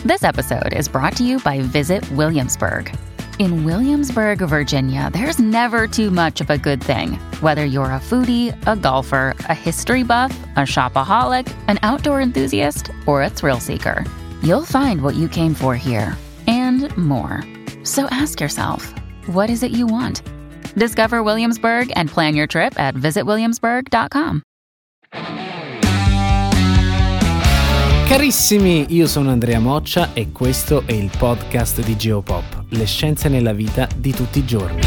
This episode is brought to you by Visit Williamsburg. In Williamsburg, Virginia, there's never too much of a good thing. Whether you're a foodie, a golfer, a history buff, a shopaholic, an outdoor enthusiast, or a thrill seeker, you'll find what you came for here and more. So ask yourself, what is it you want? Discover Williamsburg and plan your trip at visitwilliamsburg.com. Carissimi, io sono Andrea Moccia e questo è il podcast di Geopop, le scienze nella vita di tutti i giorni.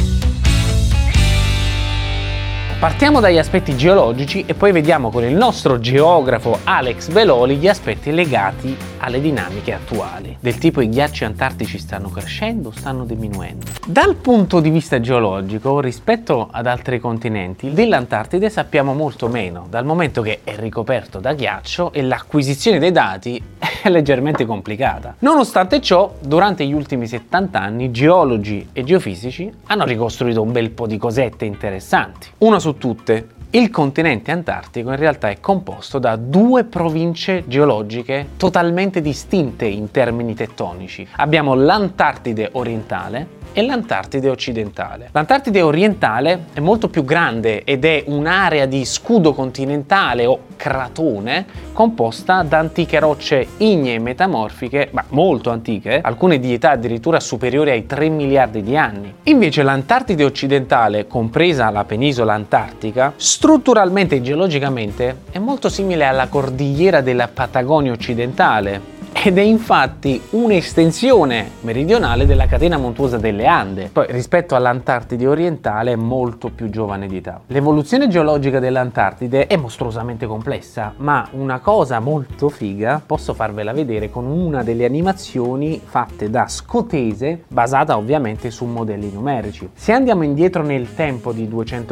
Partiamo dagli aspetti geologici e poi vediamo con il nostro geografo Alex Veloli gli aspetti legati alle dinamiche attuali, del tipo i ghiacci antartici stanno crescendo o stanno diminuendo. Dal punto di vista geologico, rispetto ad altri continenti, dell'Antartide sappiamo molto meno, dal momento che è ricoperto da ghiaccio e l'acquisizione dei dati è leggermente complicata. Nonostante ciò, durante gli ultimi 70 anni, geologi e geofisici hanno ricostruito un bel po' di cosette interessanti. Una su tutte, il continente antartico in realtà è composto da due province geologiche totalmente distinte in termini tettonici. Abbiamo l'Antartide orientale e l'Antartide occidentale. L'Antartide orientale è molto più grande ed è un'area di scudo continentale o cratone composta da antiche rocce ignee metamorfiche, ma molto antiche, alcune di età addirittura superiori ai 3 miliardi di anni. Invece l'Antartide occidentale, compresa la penisola antartica, strutturalmente e geologicamente è molto simile alla cordigliera della Patagonia occidentale, ed è infatti un'estensione meridionale della catena montuosa delle Ande. Poi rispetto all'Antartide orientale è molto più giovane di età. L'evoluzione geologica dell'Antartide è mostruosamente complessa, ma una cosa molto figa posso farvela vedere con una delle animazioni fatte da Scotese, basata ovviamente su modelli numerici. Se andiamo indietro nel tempo di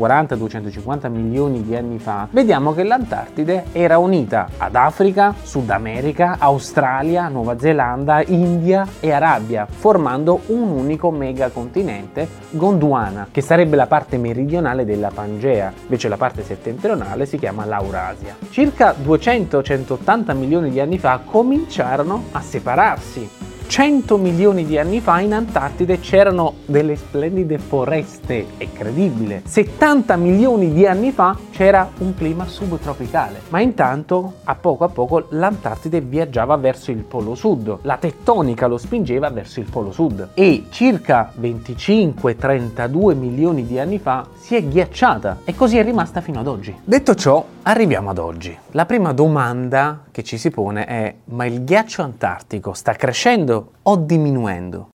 240-250 milioni di anni fa, vediamo che l'Antartide era unita ad Africa, Sud America, Australia, Nuova Zelanda, India e Arabia, formando un unico megacontinente, Gondwana, che sarebbe la parte meridionale della Pangea, invece la parte settentrionale si chiama l'Aurasia. Circa 200-180 milioni di anni fa cominciarono a separarsi. 100 milioni di anni fa in Antartide c'erano delle splendide foreste, è credibile. 70 milioni di anni fa c'era un clima subtropicale, ma intanto a poco l'Antartide viaggiava verso il polo sud, la tettonica lo spingeva verso il polo sud e circa 25-32 milioni di anni fa si è ghiacciata e così è rimasta fino ad oggi. Detto ciò, arriviamo ad oggi. La prima domanda che ci si pone è: ma il ghiaccio antartico sta crescendo o diminuendo?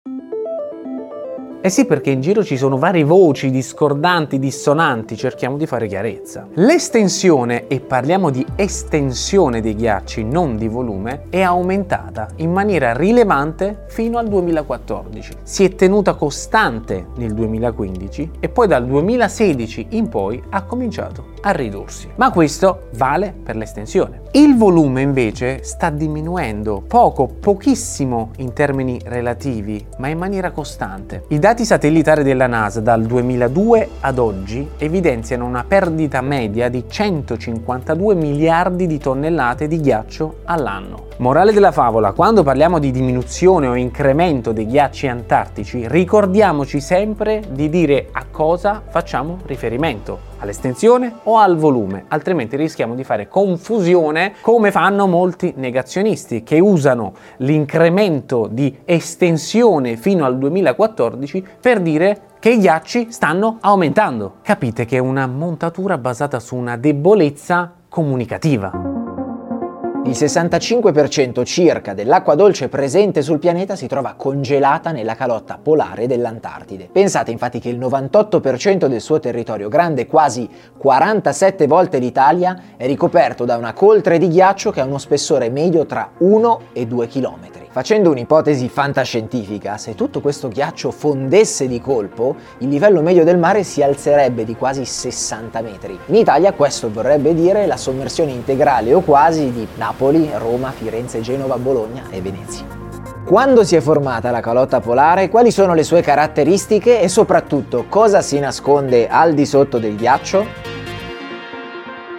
Eh sì, perché in giro ci sono varie voci discordanti, dissonanti, cerchiamo di fare chiarezza. L'estensione, e parliamo di estensione dei ghiacci, non di volume, è aumentata in maniera rilevante fino al 2014. Si è tenuta costante nel 2015 e poi dal 2016 in poi ha cominciato a ridursi. Ma questo vale per l'estensione. Il volume invece sta diminuendo, pochissimo in termini relativi, ma in maniera costante. I dati satellitari della NASA dal 2002 ad oggi evidenziano una perdita media di 152 miliardi di tonnellate di ghiaccio all'anno. Morale della favola: quando parliamo di diminuzione o incremento dei ghiacci antartici, ricordiamoci sempre di dire a cosa facciamo riferimento: all'estensione o al volume, altrimenti rischiamo di fare confusione, come fanno molti negazionisti che usano l'incremento di estensione fino al 2014 per dire che i ghiacci stanno aumentando. Capite che è una montatura basata su una debolezza comunicativa. Il 65% circa dell'acqua dolce presente sul pianeta si trova congelata nella calotta polare dell'Antartide. Pensate infatti che il 98% del suo territorio, grande quasi 47 volte l'Italia, è ricoperto da una coltre di ghiaccio che ha uno spessore medio tra 1 e 2 km. Facendo un'ipotesi fantascientifica, se tutto questo ghiaccio fondesse di colpo, il livello medio del mare si alzerebbe di quasi 60 metri. In Italia questo vorrebbe dire la sommersione integrale o quasi di Napoli, Roma, Firenze, Genova, Bologna e Venezia. Quando si è formata la calotta polare, quali sono le sue caratteristiche e soprattutto cosa si nasconde al di sotto del ghiaccio?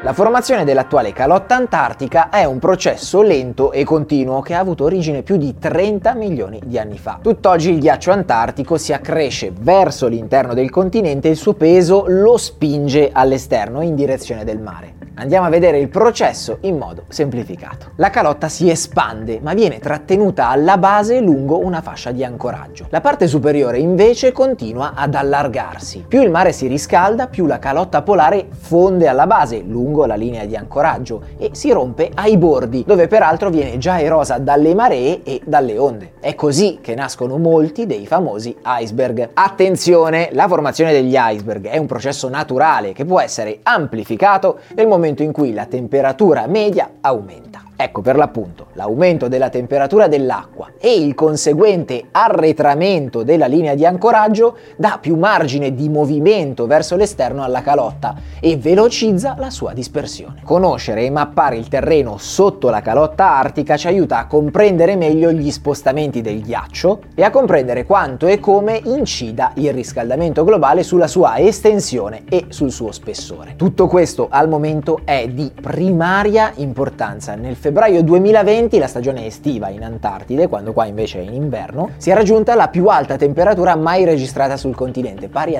La formazione dell'attuale calotta antartica è un processo lento e continuo che ha avuto origine più di 30 milioni di anni fa. Tutt'oggi il ghiaccio antartico si accresce verso l'interno del continente e il suo peso lo spinge all'esterno in direzione del mare. Andiamo a vedere il processo in modo semplificato. La calotta si espande, ma viene trattenuta alla base lungo una fascia di ancoraggio. La parte superiore invece continua ad allargarsi. Più il mare si riscalda, più la calotta polare fonde alla base, lungo la linea di ancoraggio, e si rompe ai bordi, dove peraltro viene già erosa dalle maree e dalle onde. È così che nascono molti dei famosi iceberg. Attenzione, la formazione degli iceberg è un processo naturale che può essere amplificato nel momento in cui la temperatura media aumenta. Ecco, per l'appunto, l'aumento della temperatura dell'acqua e il conseguente arretramento della linea di ancoraggio dà più margine di movimento verso l'esterno alla calotta e velocizza la sua dispersione. Conoscere e mappare il terreno sotto la calotta artica ci aiuta a comprendere meglio gli spostamenti del ghiaccio e a comprendere quanto e come incida il riscaldamento globale sulla sua estensione e sul suo spessore. Tutto questo al momento è di primaria importanza. Nel febbraio 2020, la stagione estiva in Antartide, quando qua invece è in inverno, si è raggiunta la più alta temperatura mai registrata sul continente, pari a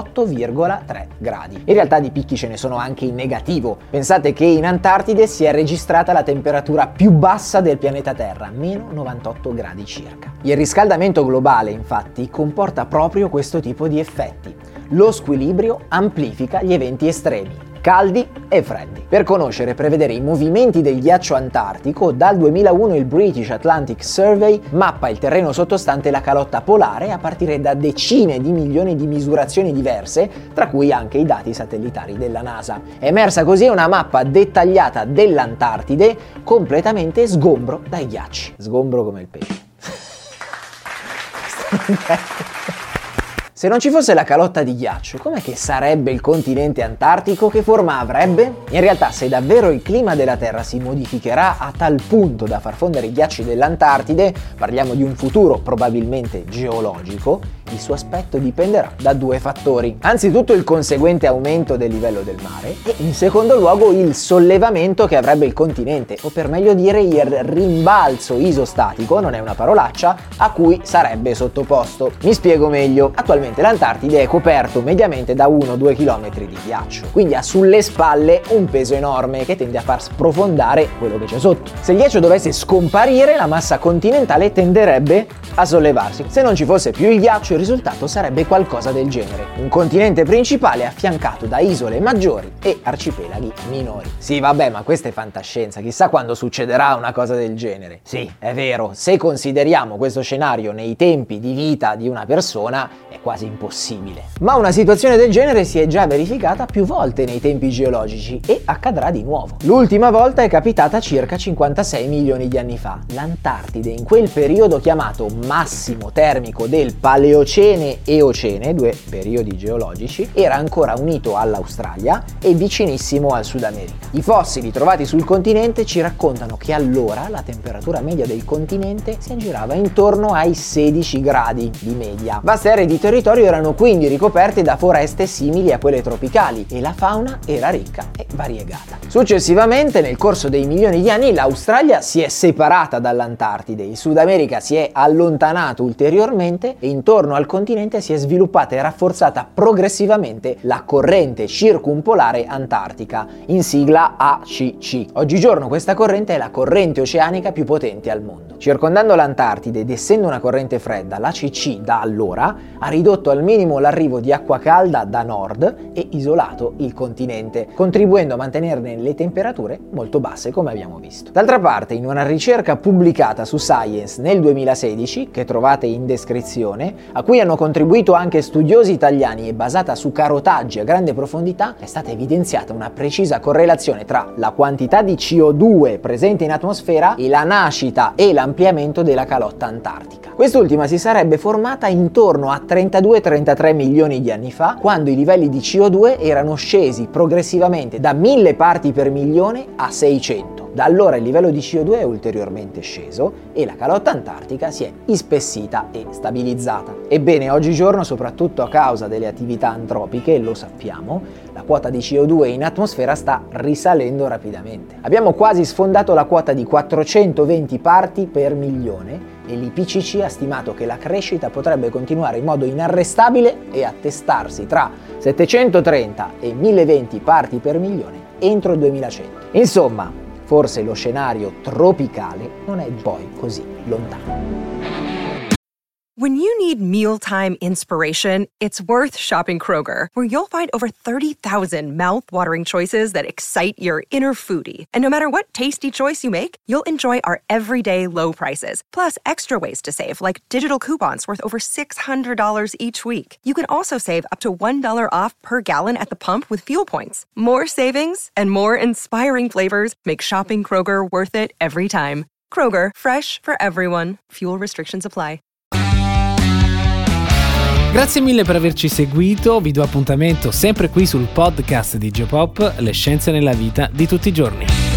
18,3 gradi. In realtà di picchi ce ne sono anche in negativo. Pensate che in Antartide si è registrata la temperatura più bassa del pianeta Terra, meno 98 gradi circa. Il riscaldamento globale, infatti, comporta proprio questo tipo di effetti. Lo squilibrio amplifica gli eventi estremi, caldi e freddi. Per conoscere e prevedere i movimenti del ghiaccio antartico, dal 2001 il British Atlantic Survey mappa il terreno sottostante la calotta polare a partire da decine di milioni di misurazioni diverse, tra cui anche i dati satellitari della NASA. È emersa così una mappa dettagliata dell'Antartide completamente sgombro dai ghiacci. Sgombro come il pesce. Se non ci fosse la calotta di ghiaccio, com'è che sarebbe il continente antartico? Che forma avrebbe? In realtà, se davvero il clima della Terra si modificherà a tal punto da far fondere i ghiacci dell'Antartide, parliamo di un futuro probabilmente geologico, il suo aspetto dipenderà da due fattori. Anzitutto il conseguente aumento del livello del mare e in secondo luogo il sollevamento che avrebbe il continente, o per meglio dire il rimbalzo isostatico, non è una parolaccia, a cui sarebbe sottoposto. Mi spiego meglio. Attualmente l'Antartide è coperto mediamente da 1-2 km di ghiaccio, quindi ha sulle spalle un peso enorme che tende a far sprofondare quello che c'è sotto. Se il ghiaccio dovesse scomparire, la massa continentale tenderebbe a sollevarsi. Se non ci fosse più il ghiaccio, il risultato sarebbe qualcosa del genere: un continente principale affiancato da isole maggiori e arcipelaghi minori. Sì, vabbè, ma questa è fantascienza, chissà quando succederà una cosa del genere. Sì, è vero, se consideriamo questo scenario nei tempi di vita di una persona, è quasi impossibile. Ma una situazione del genere si è già verificata più volte nei tempi geologici e accadrà di nuovo. L'ultima volta è capitata circa 56 milioni di anni fa. L'Antartide, in quel periodo chiamato massimo termico del Paleocene e Eocene, due periodi geologici, era ancora unito all'Australia e vicinissimo al Sud America. I fossili trovati sul continente ci raccontano che allora la temperatura media del continente si aggirava intorno ai 16 gradi di media. Vaste aree di territorio erano quindi ricoperte da foreste simili a quelle tropicali e la fauna era ricca e variegata. Successivamente, nel corso dei milioni di anni, l'Australia si è separata dall'Antartide, il Sud America si è allontanato ulteriormente e intorno al continente si è sviluppata e rafforzata progressivamente la corrente circumpolare antartica, in sigla ACC. Oggigiorno questa corrente è la corrente oceanica più potente al mondo. Circondando l'Antartide ed essendo una corrente fredda, l'ACC da allora ha ridotto al minimo l'arrivo di acqua calda da nord e isolato il continente, contribuendo a mantenerne le temperature molto basse, come abbiamo visto. D'altra parte, in una ricerca pubblicata su Science nel 2016, che trovate in descrizione, a cui hanno contribuito anche studiosi italiani e basata su carotaggi a grande profondità, è stata evidenziata una precisa correlazione tra la quantità di CO2 presente in atmosfera e la nascita e l'ampliamento della calotta antartica. Quest'ultima si sarebbe formata intorno a 32-33 milioni di anni fa, quando i livelli di CO2 erano scesi progressivamente da 1000 parti per milione a 600. Da allora il livello di CO2 è ulteriormente sceso e la calotta antartica si è ispessita e stabilizzata. Ebbene, oggigiorno, soprattutto a causa delle attività antropiche, lo sappiamo, la quota di CO2 in atmosfera sta risalendo rapidamente. Abbiamo quasi sfondato la quota di 420 parti per milione e l'IPCC ha stimato che la crescita potrebbe continuare in modo inarrestabile e attestarsi tra 730 e 1020 parti per milione entro il 2100. Insomma, forse lo scenario tropicale non è poi così lontano. When you need mealtime inspiration, it's worth shopping Kroger, where you'll find over 30,000 mouth-watering choices that excite your inner foodie. And no matter what tasty choice you make, you'll enjoy our everyday low prices, plus extra ways to save, like digital coupons worth over $600 each week. You can also save up to $1 off per gallon at the pump with fuel points. More savings and more inspiring flavors make shopping Kroger worth it every time. Kroger, fresh for everyone. Fuel restrictions apply. Grazie mille per averci seguito, vi do appuntamento sempre qui sul podcast di Geopop, le scienze nella vita di tutti i giorni.